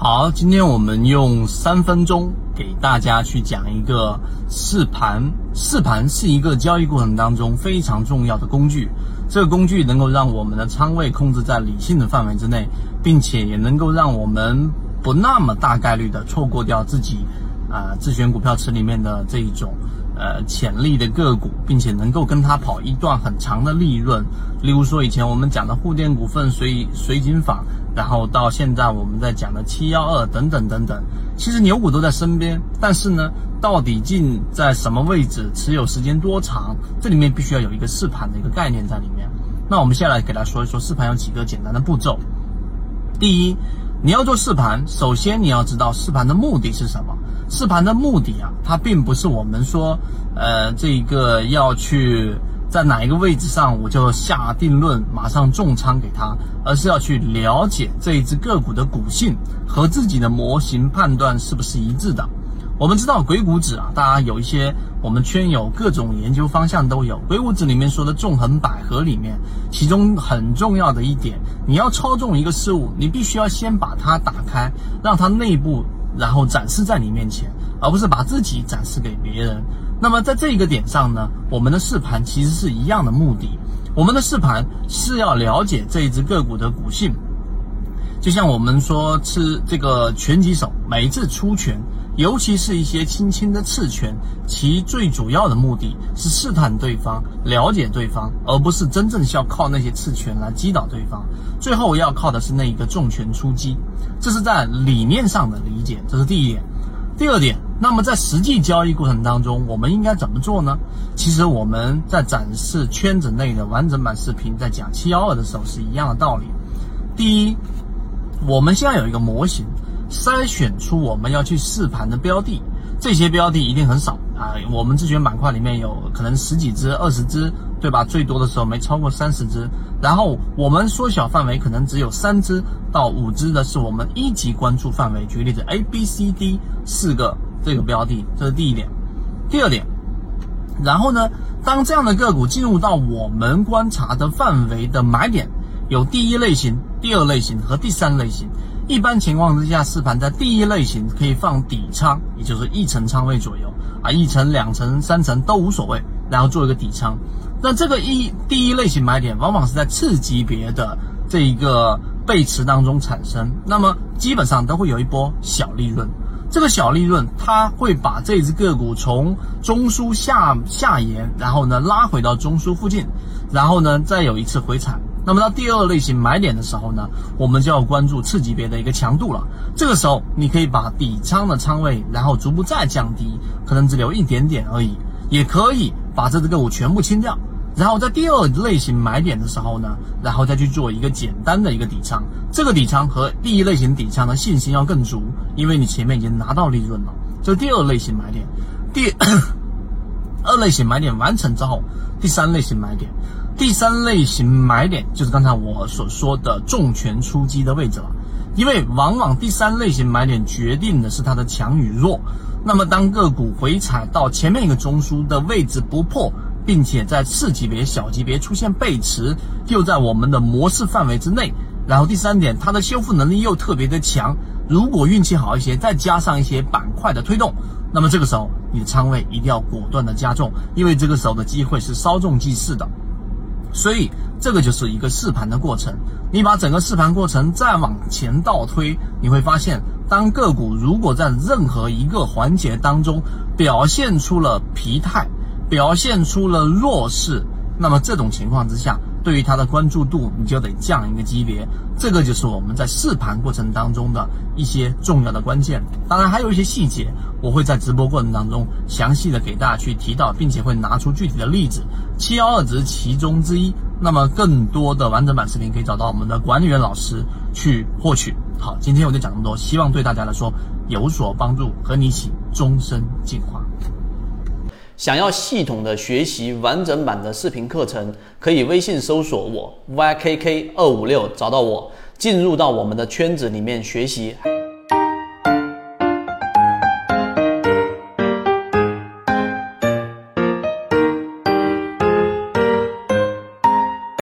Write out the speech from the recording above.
好，今天我们用3分钟给大家去讲一个试盘。试盘是一个交易过程当中非常重要的工具，这个工具能够让我们的仓位控制在理性的范围之内，并且也能够让我们不那么大概率的错过掉自己自选股票池里面的这一种潜力的个股，并且能够跟它跑一段很长的利润。例如说以前我们讲的沪电股份、水井坊，然后到现在我们在讲的712等等等等，其实牛股都在身边，但是呢，到底进在什么位置，持有时间多长，这里面必须要有一个试盘的一个概念在里面。那我们现在来给大家说一说试盘有几个简单的步骤。第一，你要做试盘，首先你要知道试盘的目的是什么。试盘的目的它并不是我们说这个要去在哪一个位置上我就下定论马上重仓给它，而是要去了解这一只个股的股性和自己的模型判断是不是一致的。我们知道鬼谷子大家有一些我们圈有各种研究方向都有，鬼谷子里面说的纵横捭阖里面，其中很重要的一点，你要操纵一个事物，你必须要先把它打开，让它内部然后展示在你面前，而不是把自己展示给别人。那么在这一个点上呢，我们的试盘其实是一样的目的。我们的试盘是要了解这一只个股的股性，就像我们说吃这个拳击手每一次出拳，尤其是一些轻轻的刺拳，其最主要的目的是试探对方，了解对方，而不是真正需要靠那些刺拳来击倒对方，最后要靠的是那一个重拳出击。这是在理念上的理解，这是第一点。第二点，那么在实际交易过程当中我们应该怎么做呢？其实我们在展示圈子内的完整版视频在讲712的时候是一样的道理。第一，我们现在有一个模型，筛选出我们要去试盘的标的，这些标的一定很少我们自选板块里面有可能10几只、20只，对吧？最多的时候没超过30只。然后我们缩小范围，可能只有3只到5只的是我们一级关注范围。举个例子 ，A、B、C、D 4个这个标的，这是第一点。第二点，然后呢，当这样的个股进入到我们观察的范围的买点，有第一类型、第二类型和第三类型。一般情况之下，试盘在第一类型可以放底仓，也就是1成仓位左右1成、2成、3成都无所谓，然后做一个底仓。那这个第一类型买点往往是在次级别的这一个背驰当中产生，那么基本上都会有一波小利润。这个小利润它会把这只个股从中枢下沿，然后呢拉回到中枢附近，然后呢再有一次回踩。那么到第二类型买点的时候呢，我们就要关注次级别的一个强度了。这个时候你可以把底仓的仓位然后逐步再降低，可能只留一点点而已，也可以把这只个股全部清掉，然后在第二类型买点的时候呢，然后再去做一个简单的一个底仓。这个底仓和第一类型底仓的信心要更足，因为你前面已经拿到利润了。这是第二类型买点。第二类型买点完成之后，第三类型买点。第三类型买点就是刚才我所说的重拳出击的位置了，因为往往第三类型买点决定的是它的强与弱。那么当个股回踩到前面一个中枢的位置不破，并且在次级别、小级别出现背驰，又在我们的模式范围之内，然后第三点，它的修复能力又特别的强，如果运气好一些，再加上一些板块的推动，那么这个时候你的仓位一定要果断的加重，因为这个时候的机会是稍纵即逝的。所以这个就是一个试盘的过程。你把整个试盘过程再往前倒推，你会发现当个股如果在任何一个环节当中表现出了疲态，表现出了弱势，那么这种情况之下，对于它的关注度你就得降一个级别。这个就是我们在试盘过程当中的一些重要的关键。当然还有一些细节，我会在直播过程当中详细的给大家去提到，并且会拿出具体的例子。712只是其中之一，那么更多的完整版视频可以找到我们的管理员老师去获取。好，今天我就讲这么多，希望对大家来说有所帮助，和你一起终身进化。 想要系统的学习完整版的视频课程，可以微信搜索我 YKK256 找到我，进入到我们的圈子里面学习。